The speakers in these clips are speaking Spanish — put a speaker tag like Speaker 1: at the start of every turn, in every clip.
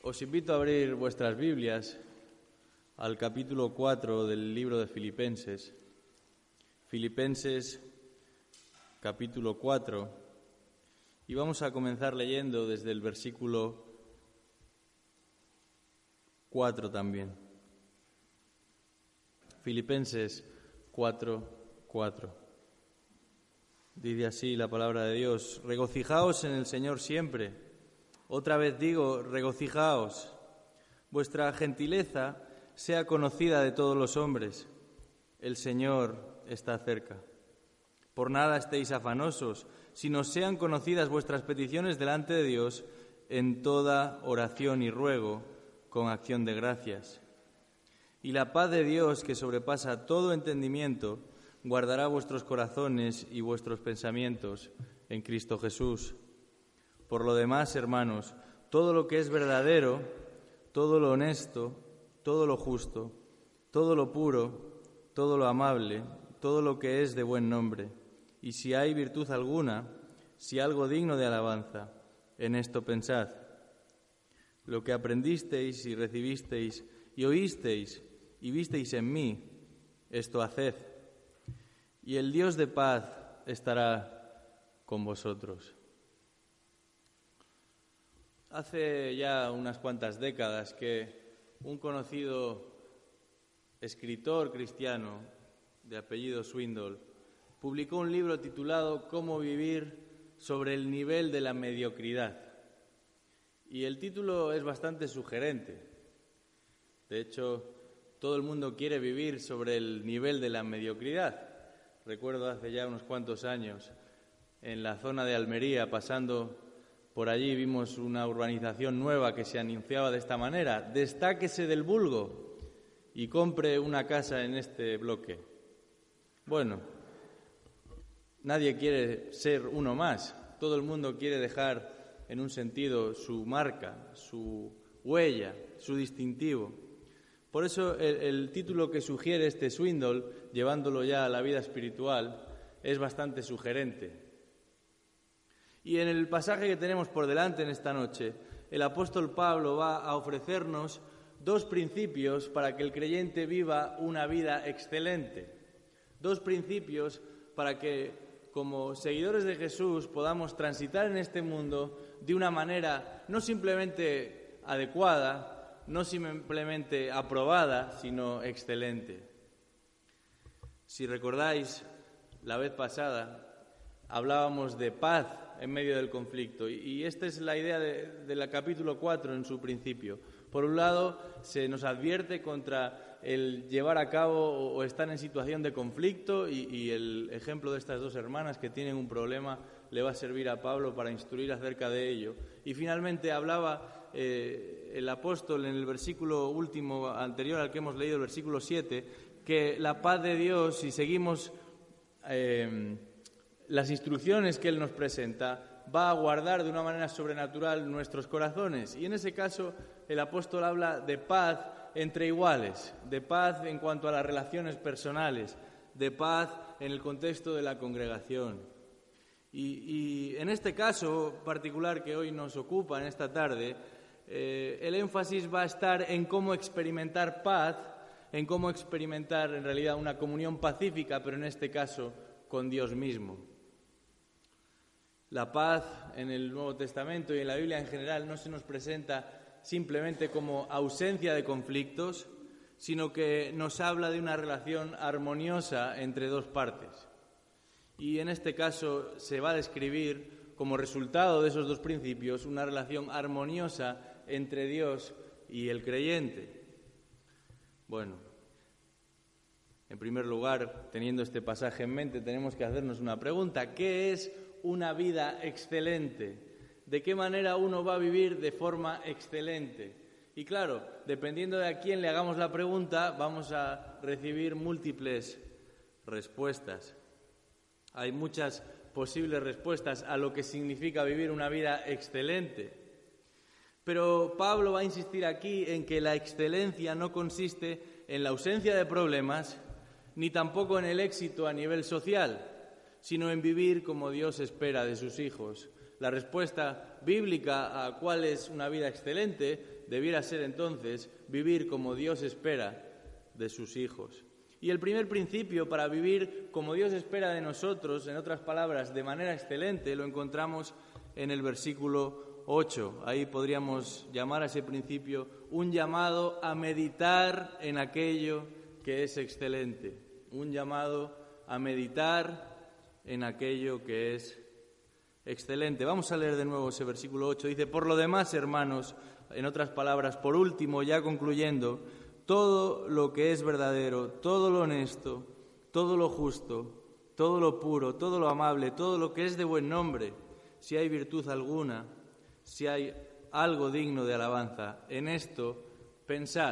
Speaker 1: Os invito a abrir vuestras Biblias al capítulo 4 del libro de Filipenses. Filipenses, capítulo 4. Y vamos a comenzar leyendo desde el versículo 4 también. Filipenses 4:4. Dice así la palabra de Dios: regocijaos en el Señor siempre. Otra vez digo, regocijaos. Vuestra gentileza sea conocida de todos los hombres. El Señor está cerca. Por nada estéis afanosos, sino sean conocidas vuestras peticiones delante de Dios en toda oración y ruego, con acción de gracias. Y la paz de Dios, que sobrepasa todo entendimiento, guardará vuestros corazones y vuestros pensamientos en Cristo Jesús. Por lo demás, hermanos, todo lo que es verdadero, todo lo honesto, todo lo justo, todo lo puro, todo lo amable, todo lo que es de buen nombre, y si hay virtud alguna, si algo digno de alabanza, en esto pensad. Lo que aprendisteis y recibisteis y oísteis y visteis en mí, esto haced, y el Dios de paz estará con vosotros. Hace ya unas cuantas décadas que un conocido escritor cristiano de apellido Swindoll publicó un libro titulado Cómo vivir sobre el nivel de la mediocridad. Y el título es bastante sugerente. De hecho, todo el mundo quiere vivir sobre el nivel de la mediocridad. Recuerdo hace ya unos cuantos años, en la zona de Almería, pasando por allí, vimos una urbanización nueva que se anunciaba de esta manera: destáquese del vulgo y compre una casa en este bloque. Bueno, nadie quiere ser uno más. Todo el mundo quiere dejar en un sentido su marca, su huella, su distintivo. Por eso el título que sugiere este Swindoll, llevándolo ya a la vida espiritual, es bastante sugerente. Y en el pasaje que tenemos por delante en esta noche, el apóstol Pablo va a ofrecernos dos principios para que el creyente viva una vida excelente. Dos principios para que, como seguidores de Jesús, podamos transitar en este mundo de una manera no simplemente adecuada, no simplemente aprobada, sino excelente. Si recordáis, la vez pasada hablábamos de paz en medio del conflicto, y esta es la idea del capítulo 4 en su principio. Por un lado, se nos advierte contra el llevar a cabo o estar en situación de conflicto, y el ejemplo de estas dos hermanas que tienen un problema le va a servir a Pablo para instruir acerca de ello. Y finalmente hablaba el apóstol en el versículo último anterior al que hemos leído, el versículo 7, que la paz de Dios, si seguimos las instrucciones que Él nos presenta, va a guardar de una manera sobrenatural nuestros corazones. Y en ese caso el apóstol habla de paz entre iguales, de paz en cuanto a las relaciones personales, de paz en el contexto de la congregación. Y en este caso particular que hoy nos ocupa en esta tarde, el énfasis va a estar en cómo experimentar paz, en cómo experimentar en realidad una comunión pacífica, pero en este caso con Dios mismo. La paz en el Nuevo Testamento y en la Biblia en general no se nos presenta simplemente como ausencia de conflictos, sino que nos habla de una relación armoniosa entre dos partes. Y en este caso se va a describir como resultado de esos dos principios una relación armoniosa entre Dios y el creyente. Bueno, en primer lugar, teniendo este pasaje en mente, tenemos que hacernos una pregunta: ¿qué es una vida excelente? ¿De qué manera uno va a vivir de forma excelente? Y claro, dependiendo de a quién le hagamos la pregunta, vamos a recibir múltiples respuestas. Hay muchas posibles respuestas a lo que significa vivir una vida excelente. Pero Pablo va a insistir aquí en que la excelencia no consiste en la ausencia de problemas, ni tampoco en el éxito a nivel social, sino en vivir como Dios espera de sus hijos, La respuesta bíblica a cuál es una vida excelente debiera ser entonces vivir como Dios espera de sus hijos. Y el primer principio para vivir como Dios espera de nosotros, en otras palabras, de manera excelente, lo encontramos en el versículo 8. Ahí podríamos llamar a ese principio un llamado a meditar en aquello que es excelente. Un llamado a meditar en aquello que es excelente. Vamos a leer de nuevo ese versículo 8. Dice: por lo demás, hermanos, en otras palabras, por último, ya concluyendo, todo lo que es verdadero, todo lo honesto, todo lo justo, todo lo puro, todo lo amable, todo lo que es de buen nombre, si hay virtud alguna, si hay algo digno de alabanza, en esto pensad.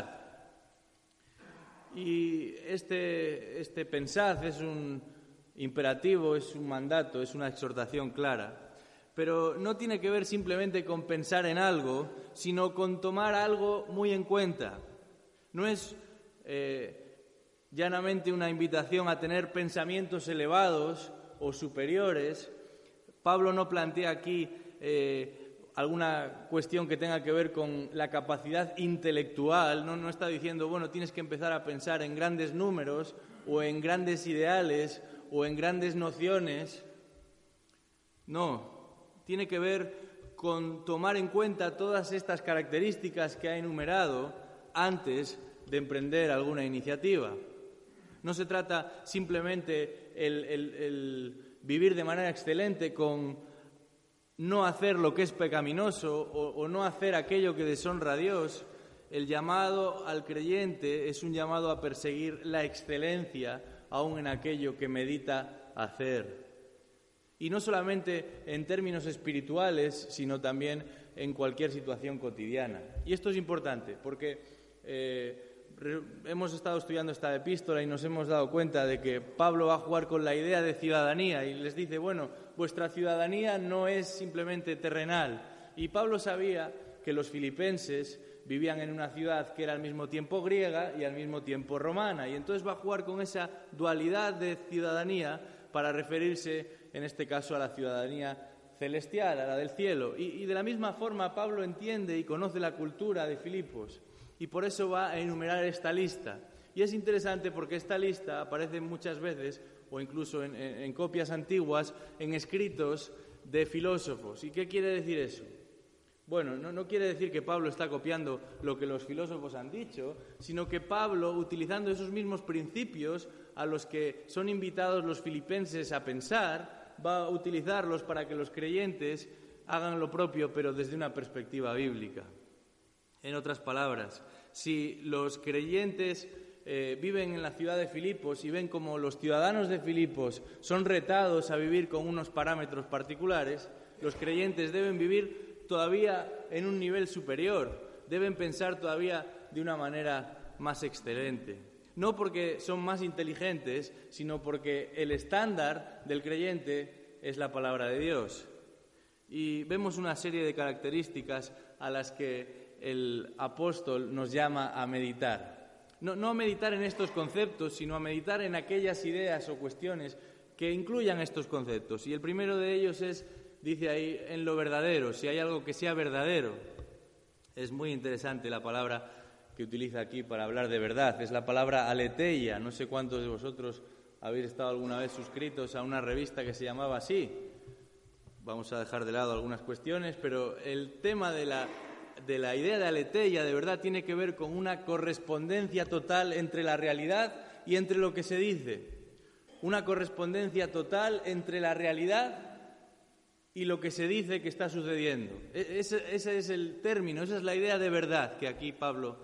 Speaker 1: Y este pensad es un imperativo, es un mandato, es una exhortación clara. Pero no tiene que ver simplemente con pensar en algo, sino con tomar algo muy en cuenta. No es llanamente una invitación a tener pensamientos elevados o superiores. Pablo no plantea aquí alguna cuestión que tenga que ver con la capacidad intelectual. No está diciendo, bueno, tienes que empezar a pensar en grandes números o en grandes ideales o en grandes nociones. No, tiene que ver con tomar en cuenta todas estas características que ha enumerado antes de emprender alguna iniciativa. No se trata simplemente el vivir de manera excelente con no hacer lo que es pecaminoso o no hacer aquello que deshonra a Dios. El llamado al creyente es un llamado a perseguir la excelencia aún en aquello que medita hacer. Y no solamente en términos espirituales, sino también en cualquier situación cotidiana. Y esto es importante porque hemos estado estudiando esta epístola y nos hemos dado cuenta de que Pablo va a jugar con la idea de ciudadanía y les dice, bueno, vuestra ciudadanía no es simplemente terrenal. Y Pablo sabía que los filipenses vivían en una ciudad que era al mismo tiempo griega y al mismo tiempo romana. Y entonces va a jugar con esa dualidad de ciudadanía para referirse, en este caso, a la ciudadanía celestial, a la del cielo. Y de la misma forma Pablo entiende y conoce la cultura de Filipos. Y por eso va a enumerar esta lista. Y es interesante porque esta lista aparece muchas veces, o incluso en copias antiguas, en escritos de filósofos. ¿Y qué quiere decir eso? Bueno, no quiere decir que Pablo está copiando lo que los filósofos han dicho, sino que Pablo, utilizando esos mismos principios a los que son invitados los filipenses a pensar, va a utilizarlos para que los creyentes hagan lo propio, pero desde una perspectiva bíblica. En otras palabras, si los creyentes viven en la ciudad de Filipos y ven como los ciudadanos de Filipos son retados a vivir con unos parámetros particulares, los creyentes deben vivir todavía en un nivel superior, deben pensar todavía de una manera más excelente. No porque son más inteligentes, sino porque el estándar del creyente es la palabra de Dios. Y vemos una serie de características a las que el apóstol nos llama a meditar. No a meditar en estos conceptos, sino a meditar en aquellas ideas o cuestiones que incluyan estos conceptos. Y el primero de ellos es, dice ahí, en lo verdadero, si hay algo que sea verdadero. Es muy interesante la palabra que utiliza aquí para hablar de verdad. Es la palabra aletheia. No sé cuántos de vosotros habéis estado alguna vez suscritos a una revista que se llamaba así. Vamos a dejar de lado algunas cuestiones, pero el tema de la idea de aletheia de verdad tiene que ver con una correspondencia total entre la realidad y entre lo que se dice. Una correspondencia total entre la realidad y lo que se dice que está sucediendo. Ese es el término, esa es la idea de verdad que aquí Pablo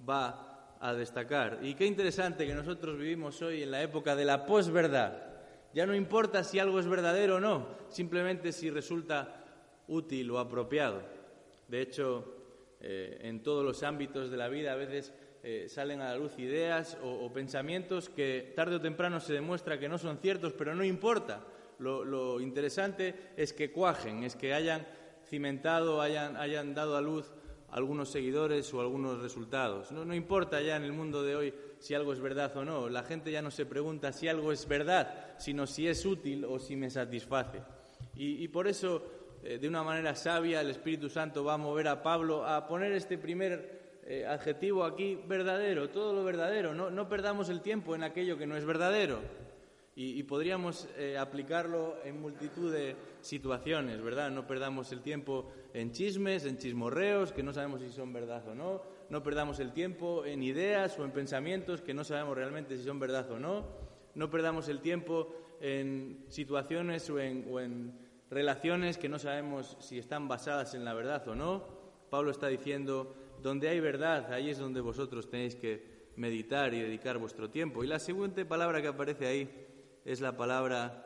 Speaker 1: va a destacar. Y qué interesante que nosotros vivimos hoy en la época de la posverdad. Ya no importa si algo es verdadero o no, simplemente si resulta útil o apropiado. De hecho, en todos los ámbitos de la vida a veces salen a la luz ideas o pensamientos que tarde o temprano se demuestra que no son ciertos, pero no importa. Lo interesante es que cuajen, es que hayan cimentado, hayan dado a luz algunos seguidores o algunos resultados. No importa ya en el mundo de hoy si algo es verdad o no. La gente ya no se pregunta si algo es verdad, sino si es útil o si me satisface. Y por eso de una manera sabia, el Espíritu Santo va a mover a Pablo a poner este primer adjetivo aquí, verdadero, todo lo verdadero. No perdamos el tiempo en aquello que no es verdadero. Y podríamos aplicarlo en multitud de situaciones, ¿verdad? No perdamos el tiempo en chismes, en chismorreos, que no sabemos si son verdad o no. No perdamos el tiempo en ideas o en pensamientos que no sabemos realmente si son verdad o no. No perdamos el tiempo en situaciones o en relaciones que no sabemos si están basadas en la verdad o no. Pablo está diciendo, donde hay verdad, ahí es donde vosotros tenéis que meditar y dedicar vuestro tiempo. Y la siguiente palabra que aparece ahí es la palabra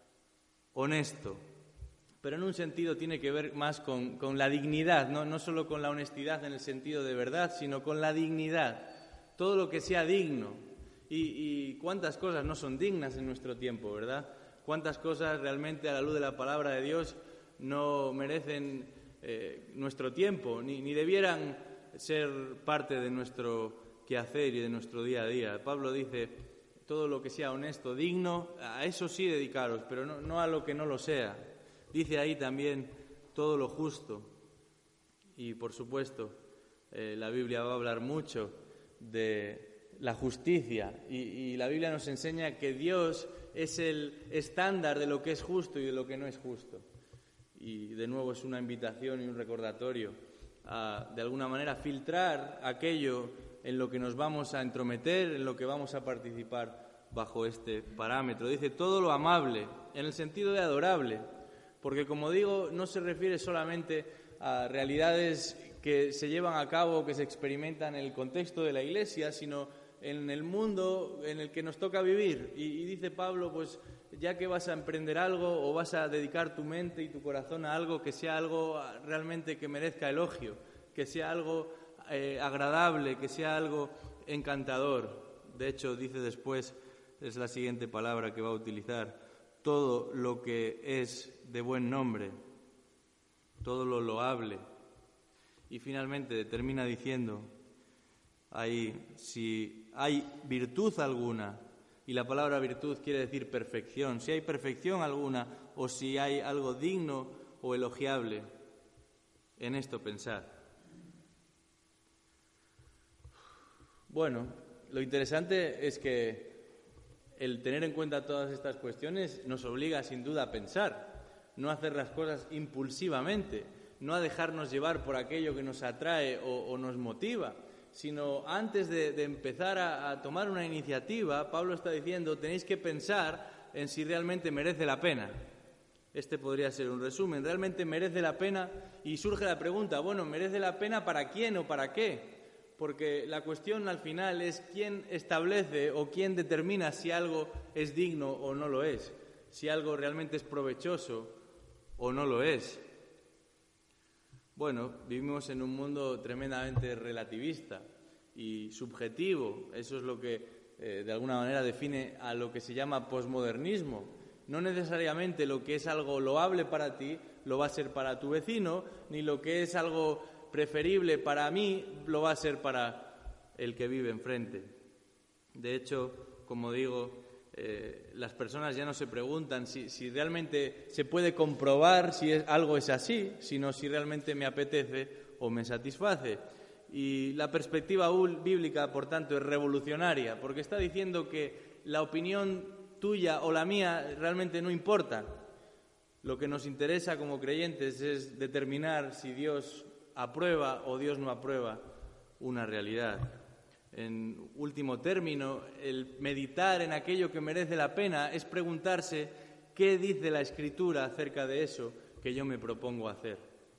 Speaker 1: honesto, pero en un sentido tiene que ver más con la dignidad, no solo con la honestidad en el sentido de verdad, sino con la dignidad, todo lo que sea digno. Y cuántas cosas no son dignas en nuestro tiempo, ¿verdad? Cuántas cosas realmente a la luz de la palabra de Dios no merecen nuestro tiempo, ni debieran ser parte de nuestro quehacer y de nuestro día a día. Pablo dice, todo lo que sea honesto, digno, a eso sí dedicaros, pero no a lo que no lo sea. Dice ahí también todo lo justo. Y por supuesto, la Biblia va a hablar mucho de la justicia. Y la Biblia nos enseña que Dios es el estándar de lo que es justo y de lo que no es justo. Y de nuevo es una invitación y un recordatorio a, de alguna manera, filtrar aquello en lo que nos vamos a entrometer, en lo que vamos a participar bajo este parámetro. Dice todo lo amable, en el sentido de adorable, porque como digo, no se refiere solamente a realidades que se llevan a cabo, que se experimentan en el contexto de la Iglesia, sino en el mundo en el que nos toca vivir. Y dice Pablo, pues ya que vas a emprender algo o vas a dedicar tu mente y tu corazón a algo, que sea algo realmente que merezca elogio, que sea algo agradable, que sea algo encantador. De hecho, dice después, es la siguiente palabra que va a utilizar, todo lo que es de buen nombre, todo lo loable. Y finalmente termina diciendo ahí, si hay virtud alguna, y la palabra virtud quiere decir perfección, si hay perfección alguna o si hay algo digno o elogiable, en esto pensad. Bueno, lo interesante es que el tener en cuenta todas estas cuestiones nos obliga sin duda a pensar, no a hacer las cosas impulsivamente, no a dejarnos llevar por aquello que nos atrae o nos motiva, sino antes de empezar a tomar una iniciativa, Pablo está diciendo, tenéis que pensar en si realmente merece la pena. Este podría ser un resumen, ¿realmente merece la pena? Y surge la pregunta, bueno, ¿merece la pena para quién o para qué? Porque la cuestión al final es quién establece o quién determina si algo es digno o no lo es, si algo realmente es provechoso o no lo es. Bueno, vivimos en un mundo tremendamente relativista y subjetivo. Eso es lo que de alguna manera define a lo que se llama posmodernismo. No necesariamente lo que es algo loable para ti lo va a ser para tu vecino, ni lo que es algo preferible para mí lo va a ser para el que vive enfrente. De hecho, como digo, las personas ya no se preguntan si realmente se puede comprobar si algo es así, sino si realmente me apetece o me satisface. Y la perspectiva bíblica, por tanto, es revolucionaria, porque está diciendo que la opinión tuya o la mía realmente no importa. Lo que nos interesa como creyentes es determinar si Dios aprueba o Dios no aprueba una realidad. En último término, el meditar en aquello que merece la pena es preguntarse qué dice la Escritura acerca de eso que yo me propongo hacer.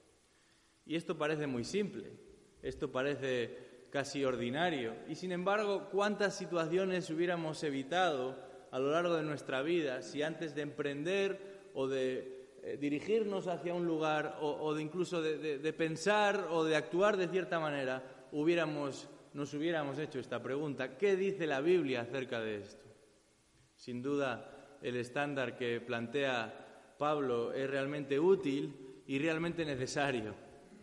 Speaker 1: Y esto parece muy simple, esto parece casi ordinario. Y sin embargo, ¿cuántas situaciones hubiéramos evitado a lo largo de nuestra vida si antes de emprender o de dirigirnos hacia un lugar o de incluso de pensar o de actuar de cierta manera nos hubiéramos hecho esta pregunta? ¿Qué dice la Biblia acerca de esto? Sin duda, el estándar que plantea Pablo es realmente útil y realmente necesario.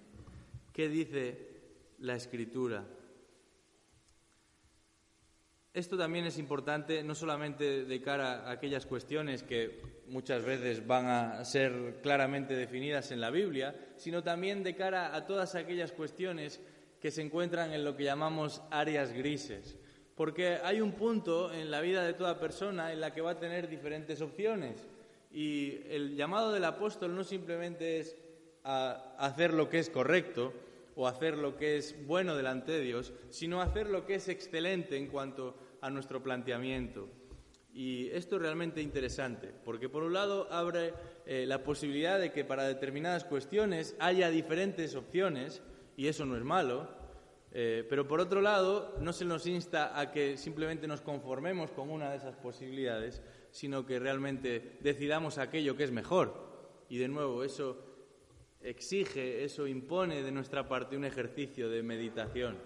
Speaker 1: ¿Qué dice la Escritura? Esto también es importante no solamente de cara a aquellas cuestiones que muchas veces van a ser claramente definidas en la Biblia, sino también de cara a todas aquellas cuestiones que se encuentran en lo que llamamos áreas grises. Porque hay un punto en la vida de toda persona en la que va a tener diferentes opciones. Y el llamado del apóstol no simplemente es a hacer lo que es correcto o hacer lo que es bueno delante de Dios, sino hacer lo que es excelente en cuanto a nuestro planteamiento. Y esto es realmente interesante, porque por un lado abre la posibilidad de que para determinadas cuestiones haya diferentes opciones, y eso no es malo, pero por otro lado no se nos insta a que simplemente nos conformemos con una de esas posibilidades, sino que realmente decidamos aquello que es mejor. Y de nuevo, eso exige, eso impone de nuestra parte un ejercicio de meditación.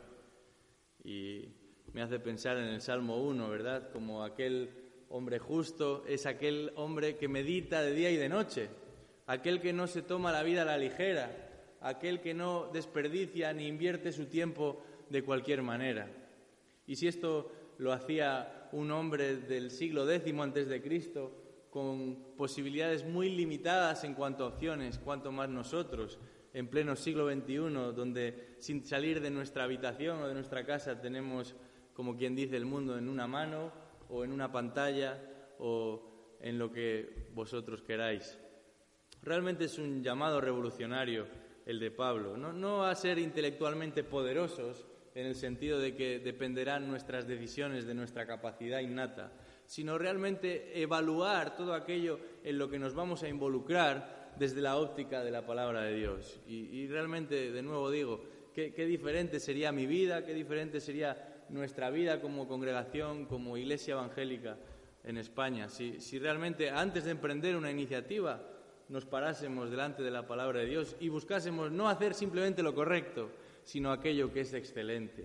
Speaker 1: Y me hace pensar en el Salmo 1, ¿verdad? Como aquel hombre justo es aquel hombre que medita de día y de noche, aquel que no se toma la vida a la ligera, aquel que no desperdicia ni invierte su tiempo de cualquier manera. Y si esto lo hacía un hombre del siglo X antes de Cristo, con posibilidades muy limitadas en cuanto a opciones, cuanto más nosotros, en pleno siglo XXI, donde sin salir de nuestra habitación o de nuestra casa tenemos, como quien dice, el mundo en una mano o en una pantalla o en lo que vosotros queráis. Realmente es un llamado revolucionario el de Pablo, no a ser intelectualmente poderosos en el sentido de que dependerán nuestras decisiones de nuestra capacidad innata, sino realmente evaluar todo aquello en lo que nos vamos a involucrar desde la óptica de la palabra de Dios. Y realmente, de nuevo digo, qué diferente sería mi vida, qué diferente sería nuestra vida como congregación, como iglesia evangélica en España, si realmente antes de emprender una iniciativa nos parásemos delante de la palabra de Dios y buscásemos no hacer simplemente lo correcto, sino aquello que es excelente.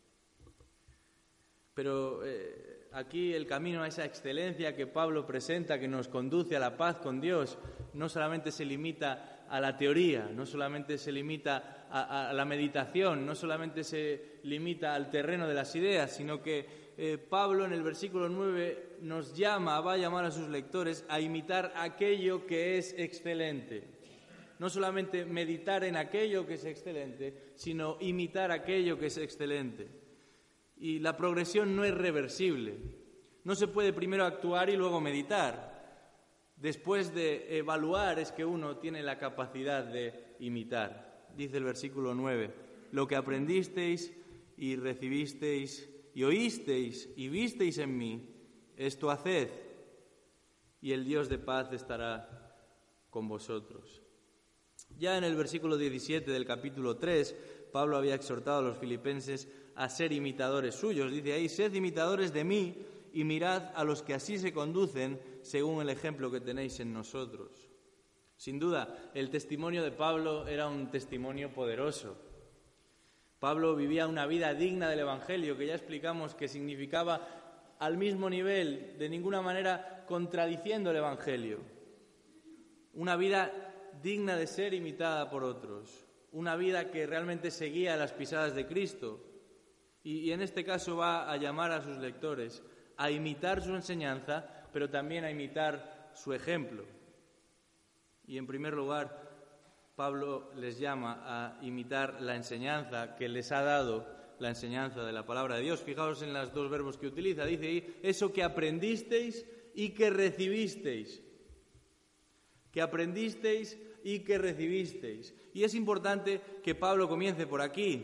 Speaker 1: Pero aquí el camino a esa excelencia que Pablo presenta, que nos conduce a la paz con Dios, no solamente se limita a la teoría, no solamente se limita a la meditación, no solamente se limita al terreno de las ideas, sino que Pablo en el versículo 9 va a llamar a sus lectores a imitar aquello que es excelente. No solamente meditar en aquello que es excelente, sino imitar aquello que es excelente. Y la progresión no es reversible. No se puede primero actuar y luego meditar. Después de evaluar es que uno tiene la capacidad de imitar. Dice el versículo 9, lo que aprendisteis y recibisteis y oísteis y visteis en mí, esto haced, y el Dios de paz estará con vosotros. Ya en el versículo 17 del capítulo 3, Pablo había exhortado a los filipenses a ser imitadores suyos. Dice ahí, sed imitadores de mí y mirad a los que así se conducen según el ejemplo que tenéis en nosotros. Sin duda, el testimonio de Pablo era un testimonio poderoso. Pablo vivía una vida digna del Evangelio, que ya explicamos que significaba al mismo nivel, de ninguna manera contradiciendo el Evangelio. Una vida digna de ser imitada por otros, una vida que realmente seguía las pisadas de Cristo. Y en este caso va a llamar a sus lectores a imitar su enseñanza, pero también a imitar su ejemplo. Y en primer lugar, Pablo les llama a imitar la enseñanza que les ha dado, la enseñanza de la palabra de Dios. Fijaos en los dos verbos que utiliza. Dice ahí, eso que aprendisteis y que recibisteis. Que aprendisteis y que recibisteis. Y es importante que Pablo comience por aquí,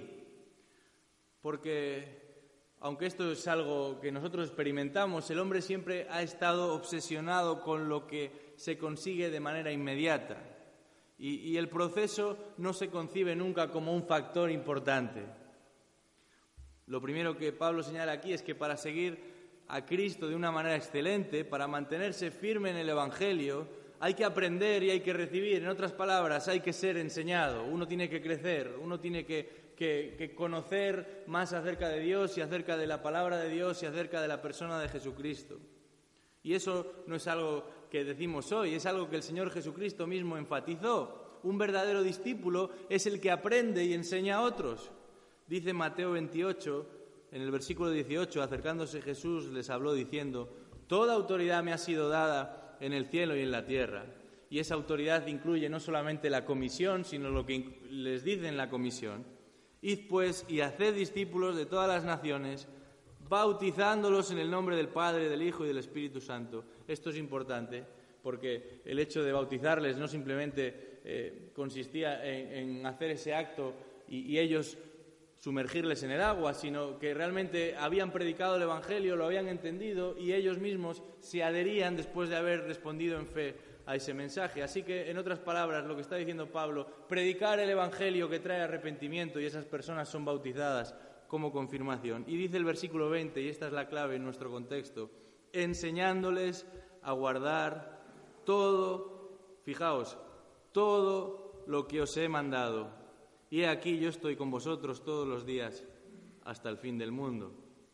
Speaker 1: porque aunque esto es algo que nosotros experimentamos, el hombre siempre ha estado obsesionado con lo que se consigue de manera inmediata. Y el proceso no se concibe nunca como un factor importante. Lo primero que Pablo señala aquí es que para seguir a Cristo de una manera excelente, para mantenerse firme en el Evangelio, hay que aprender y hay que recibir. En otras palabras, hay que ser enseñado. Uno tiene que crecer, uno tiene que conocer más acerca de Dios y acerca de la palabra de Dios y acerca de la persona de Jesucristo. Y eso no es algo que decimos hoy, es algo que el Señor Jesucristo mismo enfatizó. Un verdadero discípulo es el que aprende y enseña a otros. Dice Mateo 28, en el versículo 18, acercándose Jesús, les habló diciendo: «Toda autoridad me ha sido dada en el cielo y en la tierra». Y esa autoridad incluye no solamente la comisión, sino lo que les dice en la comisión: «Id pues y haced discípulos de todas las naciones, bautizándolos en el nombre del Padre, del Hijo y del Espíritu Santo». Esto es importante porque el hecho de bautizarles no simplemente consistía en hacer ese acto y ellos sumergirles en el agua, sino que realmente habían predicado el Evangelio, lo habían entendido y ellos mismos se adherían después de haber respondido en fe a ese mensaje. Así que, en otras palabras, lo que está diciendo Pablo: predicar el Evangelio que trae arrepentimiento, y esas personas son bautizadas como confirmación. Y dice el versículo 20, y esta es la clave en nuestro contexto: enseñándoles a guardar todo, fijaos, todo lo que os he mandado. Y he aquí, yo estoy con vosotros todos los días hasta el fin del mundo.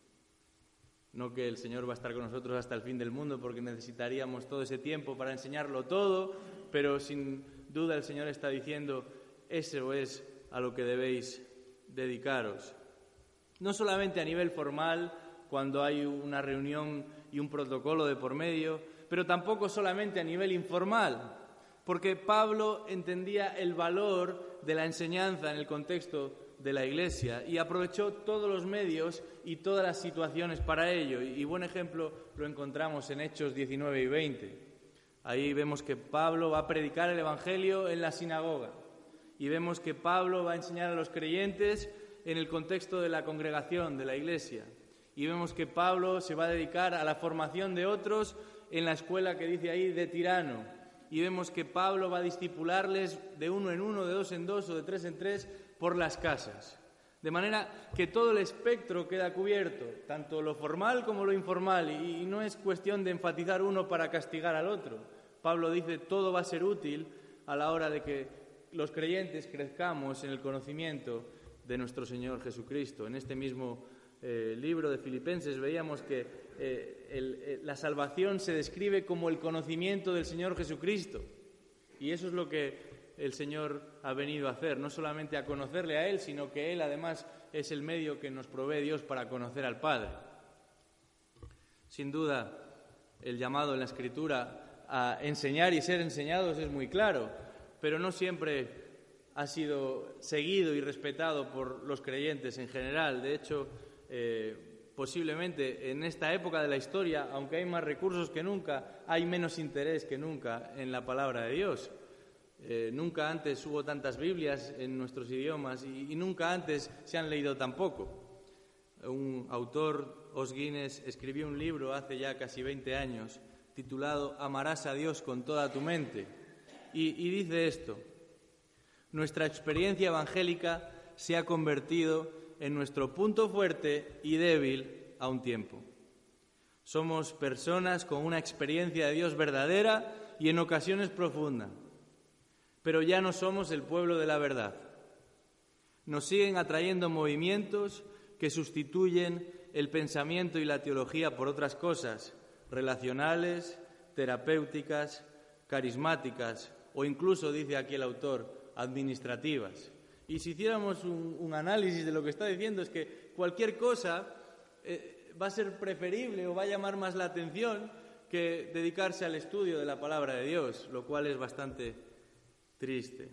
Speaker 1: No que el Señor va a estar con nosotros hasta el fin del mundo, porque necesitaríamos todo ese tiempo para enseñarlo todo, pero sin duda el Señor está diciendo: eso es a lo que debéis dedicaros. No solamente a nivel formal, cuando hay una reunión y un protocolo de por medio, pero tampoco solamente a nivel informal, porque Pablo entendía el valor de la enseñanza en el contexto de la Iglesia y aprovechó todos los medios y todas las situaciones para ello. Y buen ejemplo lo encontramos en Hechos 19 y 20. Ahí vemos que Pablo va a predicar el Evangelio en la sinagoga y vemos que Pablo va a enseñar a los creyentes en el contexto de la congregación, de la Iglesia. Y vemos que Pablo se va a dedicar a la formación de otros en la escuela que dice ahí de Tirano. Y vemos que Pablo va a discipularles de uno en uno, de dos en dos o de tres en tres por las casas. De manera que todo el espectro queda cubierto, tanto lo formal como lo informal, y no es cuestión de enfatizar uno para castigar al otro. Pablo dice: todo va a ser útil a la hora de que los creyentes crezcamos en el conocimiento de nuestro Señor Jesucristo. En este mismo libro de Filipenses veíamos que la salvación se describe como el conocimiento del Señor Jesucristo, y eso es lo que el Señor ha venido a hacer, no solamente a conocerle a Él, sino que Él además es el medio que nos provee Dios para conocer al Padre. Sin duda, el llamado en la Escritura a enseñar y ser enseñados es muy claro, pero no siempre ha sido seguido y respetado por los creyentes en general. De hecho, posiblemente en esta época de la historia, aunque hay más recursos que nunca, hay menos interés que nunca en la palabra de Dios. Nunca antes hubo tantas Biblias en nuestros idiomas y nunca antes se han leído tan poco. Un autor, Os Guinness, escribió un libro hace ya casi 20 años titulado «Amarás a Dios con toda tu mente». Y dice esto: nuestra experiencia evangélica se ha convertido en nuestro punto fuerte y débil a un tiempo. Somos personas con una experiencia de Dios verdadera y en ocasiones profunda, pero ya no somos el pueblo de la verdad. Nos siguen atrayendo movimientos que sustituyen el pensamiento y la teología por otras cosas, relacionales, terapéuticas, carismáticas o incluso, dice aquí el autor, administrativas. Y si hiciéramos un análisis de lo que está diciendo, es que cualquier cosa va a ser preferible o va a llamar más la atención que dedicarse al estudio de la palabra de Dios, lo cual es bastante triste.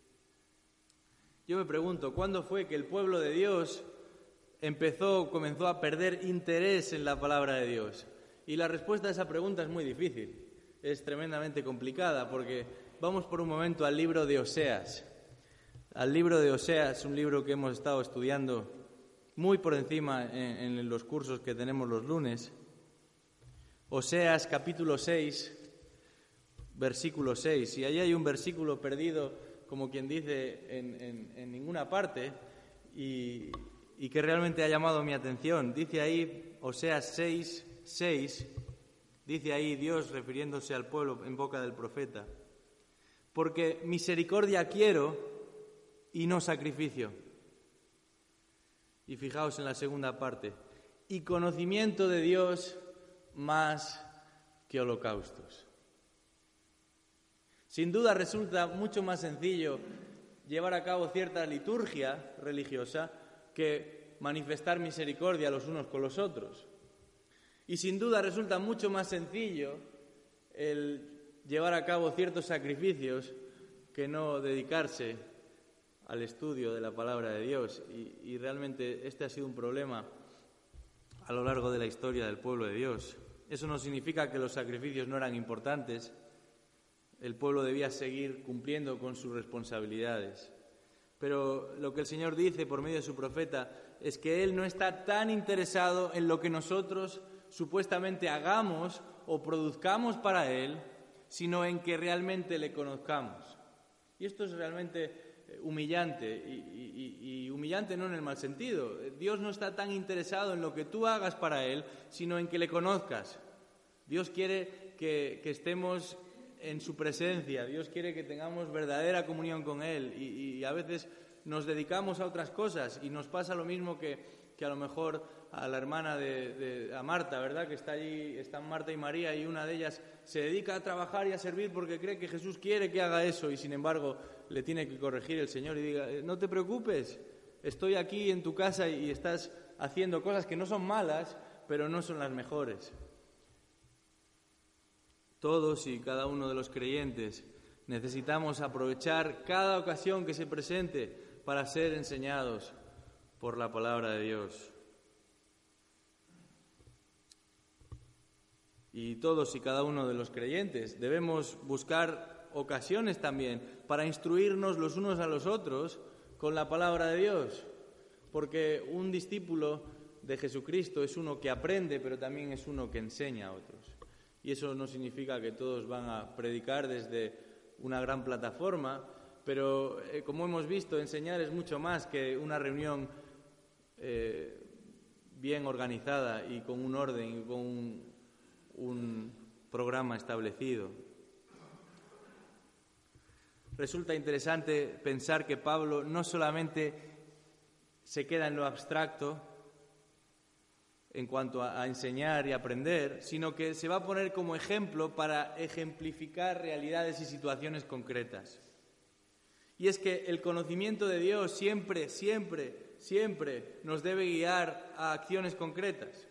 Speaker 1: Yo me pregunto, ¿cuándo fue que el pueblo de Dios comenzó a perder interés en la palabra de Dios? Y la respuesta a esa pregunta es muy difícil, es tremendamente complicada, porque vamos por un momento al libro de Oseas. Al libro de Oseas, un libro que hemos estado estudiando muy por encima en los cursos que tenemos los lunes. Oseas capítulo 6, versículo 6. Y ahí hay un versículo perdido, como quien dice, en ninguna parte, y que realmente ha llamado mi atención. Dice ahí, Oseas 6, 6, dice ahí Dios, refiriéndose al pueblo en boca del profeta: porque misericordia quiero y no sacrificio. Y fijaos en la segunda parte: y conocimiento de Dios más que holocaustos. Sin duda resulta mucho más sencillo llevar a cabo cierta liturgia religiosa que manifestar misericordia los unos con los otros. Y sin duda resulta mucho más sencillo el llevar a cabo ciertos sacrificios que no dedicarse al estudio de la palabra de Dios. Y realmente este ha sido un problema a lo largo de la historia del pueblo de Dios. Eso no significa que los sacrificios no eran importantes. El pueblo debía seguir cumpliendo con sus responsabilidades. Pero lo que el Señor dice por medio de su profeta es que Él no está tan interesado en lo que nosotros supuestamente hagamos o produzcamos para Él, sino en que realmente le conozcamos. Y esto es realmente humillante, y humillante no en el mal sentido. Dios no está tan interesado en lo que tú hagas para Él, sino en que le conozcas. Dios quiere que estemos en su presencia, Dios quiere que tengamos verdadera comunión con Él, y a veces nos dedicamos a otras cosas, y nos pasa lo mismo que a lo mejor a la hermana a Marta, ¿verdad? Que está allí, están Marta y María, y una de ellas se dedica a trabajar y a servir porque cree que Jesús quiere que haga eso, y sin embargo le tiene que corregir el Señor y diga: no te preocupes, estoy aquí en tu casa y estás haciendo cosas que no son malas, pero no son las mejores. Todos y cada uno de los creyentes necesitamos aprovechar cada ocasión que se presente para ser enseñados por la palabra de Dios. Y todos y cada uno de los creyentes debemos buscar ocasiones también para instruirnos los unos a los otros con la palabra de Dios, porque un discípulo de Jesucristo es uno que aprende, pero también es uno que enseña a otros. Y eso no significa que todos van a predicar desde una gran plataforma, pero como hemos visto, enseñar es mucho más que una reunión bien organizada y con un orden y con un programa establecido. Resulta interesante pensar que Pablo no solamente se queda en lo abstracto en cuanto a enseñar y aprender, sino que se va a poner como ejemplo para ejemplificar realidades y situaciones concretas. Y es que el conocimiento de Dios siempre nos debe guiar a acciones concretas.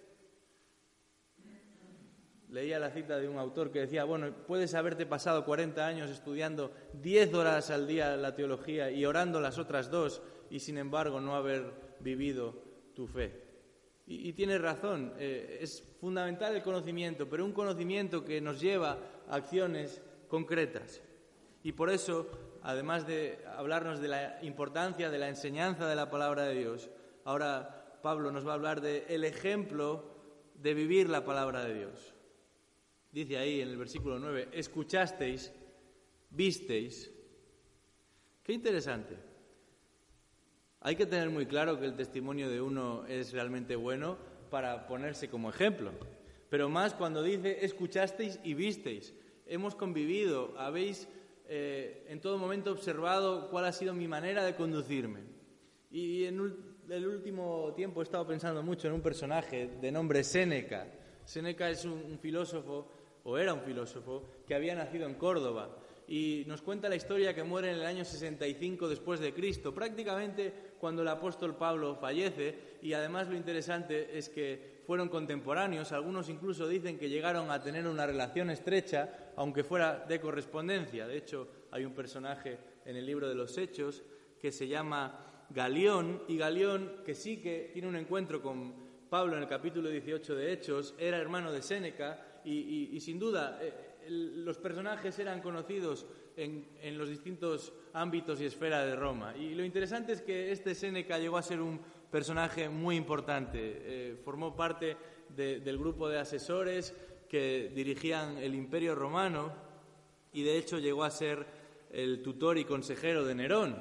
Speaker 1: Leía la cita de un autor que decía: bueno, puedes haberte pasado 40 años estudiando 10 horas al día la teología y orando las otras 2 y sin embargo no haber vivido tu fe. Y tienes razón, es fundamental el conocimiento, pero un conocimiento que nos lleva a acciones concretas. Y por eso, además de hablarnos de la importancia de la enseñanza de la palabra de Dios, ahora Pablo nos va a hablar del ejemplo de vivir la palabra de Dios. Dice ahí en el versículo 9: escuchasteis, visteis. Qué interesante. Hay que tener muy claro que el testimonio de uno es realmente bueno para ponerse como ejemplo. Pero más cuando dice escuchasteis y visteis. Hemos convivido, habéis en todo momento observado cuál ha sido mi manera de conducirme. Y en el último tiempo he estado pensando mucho en un personaje de nombre Séneca. Séneca es un filósofo, o era un filósofo, que había nacido en Córdoba. Y nos cuenta la historia que muere en el año 65 después de Cristo, prácticamente cuando el apóstol Pablo fallece, y además lo interesante es que fueron contemporáneos. Algunos incluso dicen que llegaron a tener una relación estrecha, aunque fuera de correspondencia. De hecho, hay un personaje en el libro de los Hechos que se llama Galión, y Galión, que sí que tiene un encuentro con Pablo en el capítulo 18 de Hechos, era hermano de Séneca, y sin duda los personajes eran conocidos en los distintos ámbitos y esferas de Roma. Y lo interesante es que este Séneca llegó a ser un personaje muy importante. Formó parte del grupo de asesores que dirigían el Imperio Romano, y de hecho llegó a ser el tutor y consejero de Nerón.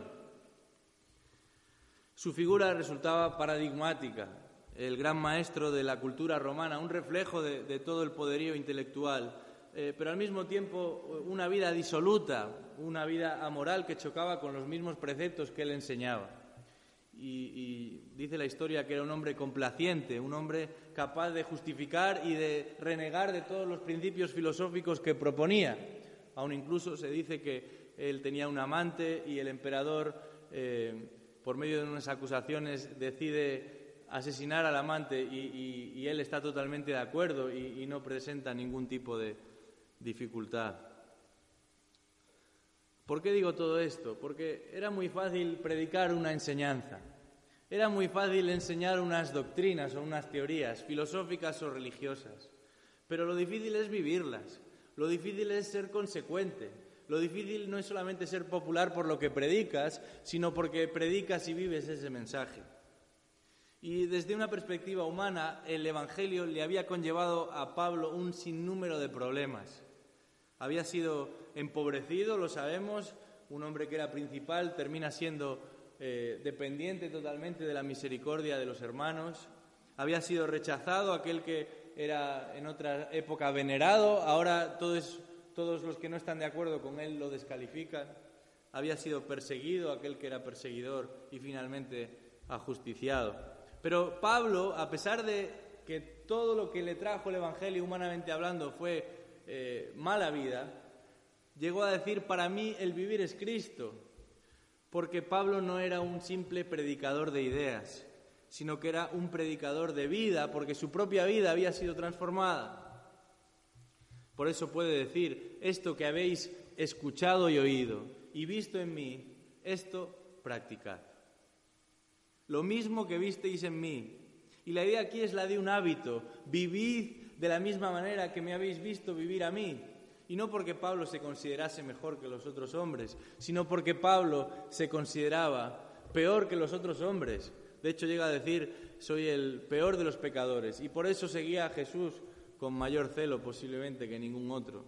Speaker 1: Su figura resultaba paradigmática. El gran maestro de la cultura romana, un reflejo de todo el poderío intelectual, pero al mismo tiempo una vida disoluta, una vida amoral que chocaba con los mismos preceptos que él enseñaba. Y dice la historia que era un hombre complaciente, un hombre capaz de justificar y de renegar de todos los principios filosóficos que proponía. Aún incluso se dice que él tenía un amante y el emperador, por medio de unas acusaciones, decide asesinar al amante y él está totalmente de acuerdo y no presenta ningún tipo de dificultad. ¿Por qué digo todo esto? Porque era muy fácil predicar una enseñanza, era muy fácil enseñar unas doctrinas o unas teorías filosóficas o religiosas, pero lo difícil es vivirlas, lo difícil es ser consecuente, lo difícil no es solamente ser popular por lo que predicas, sino porque predicas y vives ese mensaje. Y desde una perspectiva humana, el Evangelio le había conllevado a Pablo un sinnúmero de problemas. Había sido empobrecido, lo sabemos, un hombre que era principal termina siendo dependiente totalmente de la misericordia de los hermanos. Había sido rechazado, aquel que era en otra época venerado, ahora todos los que no están de acuerdo con él lo descalifican. Había sido perseguido, aquel que era perseguidor, y finalmente ajusticiado. Pero Pablo, a pesar de que todo lo que le trajo el Evangelio humanamente hablando fue mala vida, llegó a decir: para mí el vivir es Cristo, porque Pablo no era un simple predicador de ideas, sino que era un predicador de vida, porque su propia vida había sido transformada. Por eso puede decir: esto que habéis escuchado y oído y visto en mí, esto practicad. Lo mismo que visteis en mí. Y la idea aquí es la de un hábito. Vivid de la misma manera que me habéis visto vivir a mí. Y no porque Pablo se considerase mejor que los otros hombres, sino porque Pablo se consideraba peor que los otros hombres. De hecho, llega a decir: soy el peor de los pecadores. Y por eso seguía a Jesús con mayor celo posiblemente que ningún otro.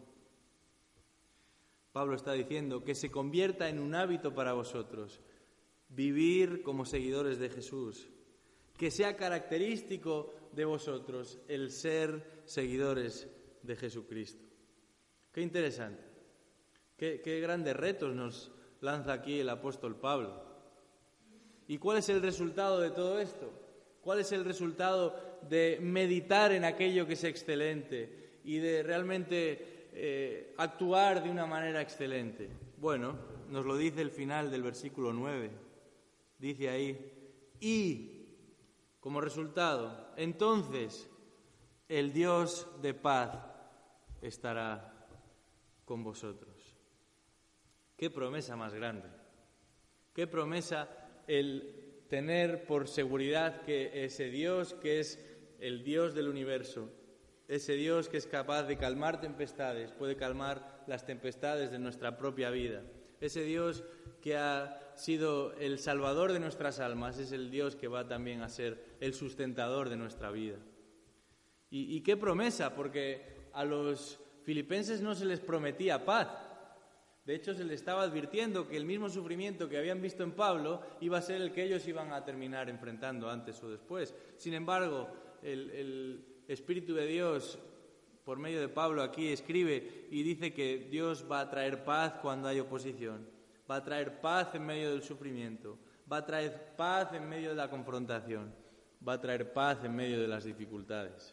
Speaker 1: Pablo está diciendo que se convierta en un hábito para vosotros vivir como seguidores de Jesús, que sea característico de vosotros el ser seguidores de Jesucristo. Qué interesante, qué grandes retos nos lanza aquí el apóstol Pablo. ¿Y cuál es el resultado de todo esto? ¿Cuál es el resultado de meditar en aquello que es excelente y de realmente actuar de una manera excelente? Bueno, nos lo dice el final del versículo 9. Dice ahí: y como resultado, entonces el Dios de paz estará con vosotros. Qué promesa más grande, qué promesa el tener por seguridad que ese Dios, que es el Dios del universo, ese Dios que es capaz de calmar tempestades, puede calmar las tempestades de nuestra propia vida. Ese Dios que ha sido el salvador de nuestras almas es el Dios que va también a ser el sustentador de nuestra vida. ¿Y qué promesa? Porque a los filipenses no se les prometía paz. De hecho, se les estaba advirtiendo que el mismo sufrimiento que habían visto en Pablo iba a ser el que ellos iban a terminar enfrentando antes o después. Sin embargo, el Espíritu de Dios, por medio de Pablo, aquí escribe y dice que Dios va a traer paz cuando hay oposición, va a traer paz en medio del sufrimiento, va a traer paz en medio de la confrontación, va a traer paz en medio de las dificultades.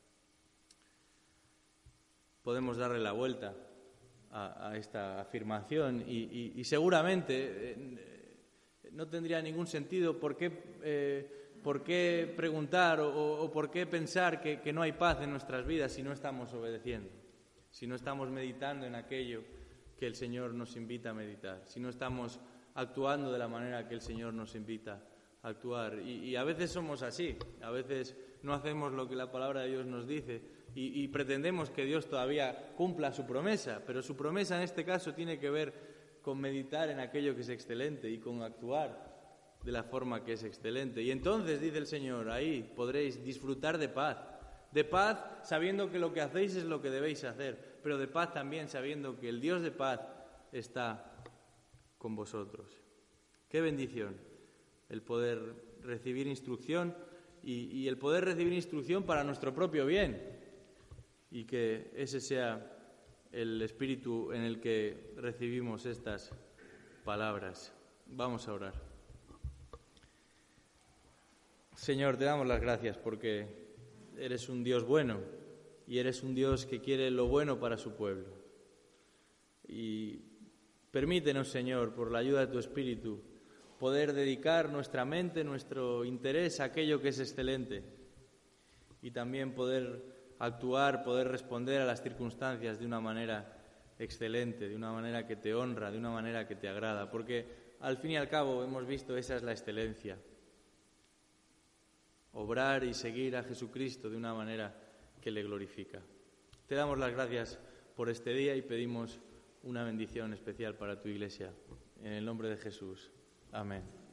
Speaker 1: Podemos darle la vuelta a esta afirmación y seguramente no tendría ningún sentido por qué preguntar o por qué pensar que no hay paz en nuestras vidas si no estamos obedeciendo, si no estamos meditando en aquello que el Señor nos invita a meditar, si no estamos actuando de la manera que el Señor nos invita a actuar. Y a veces somos así, a veces no hacemos lo que la palabra de Dios nos dice y pretendemos que Dios todavía cumpla su promesa, pero su promesa en este caso tiene que ver con meditar en aquello que es excelente y con actuar de la forma que es excelente. Y entonces, dice el Señor, ahí podréis disfrutar de paz sabiendo que lo que hacéis es lo que debéis hacer, pero de paz también sabiendo que el Dios de paz está con vosotros. ¡Qué bendición! El poder recibir instrucción y el poder recibir instrucción para nuestro propio bien, y que ese sea el espíritu en el que recibimos estas palabras. Vamos a orar. Señor, te damos las gracias porque eres un Dios bueno y eres un Dios que quiere lo bueno para su pueblo. Y permítenos, Señor, por la ayuda de tu Espíritu, poder dedicar nuestra mente, nuestro interés a aquello que es excelente y también poder actuar, poder responder a las circunstancias de una manera excelente, de una manera que te honra, de una manera que te agrada, porque al fin y al cabo hemos visto esa es la excelencia, obrar y seguir a Jesucristo de una manera que le glorifica. Te damos las gracias por este día y pedimos una bendición especial para tu Iglesia. En el nombre de Jesús. Amén.